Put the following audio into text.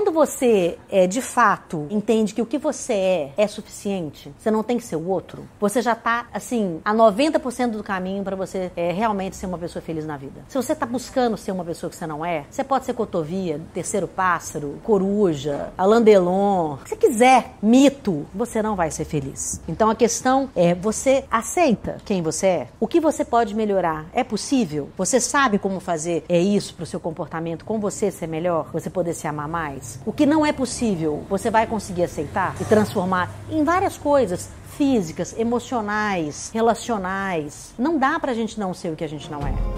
quando você, de fato, entende que o que você é suficiente, você não tem que ser o outro, você já tá, assim, a 90% do caminho para você realmente ser uma pessoa feliz na vida. Se você tá buscando ser uma pessoa que você não é, você pode ser cotovia, terceiro pássaro, coruja, Alain Delon, o que você quiser, mito, você não vai ser feliz. Então a questão é, você aceita quem você é? O que você pode melhorar? É possível? Você sabe como fazer isso pro seu comportamento, com você ser melhor? Você poder se amar mais? O que não é possível, você vai conseguir aceitar e transformar em várias coisas físicas, emocionais, relacionais. Não dá pra gente não ser o que a gente não é.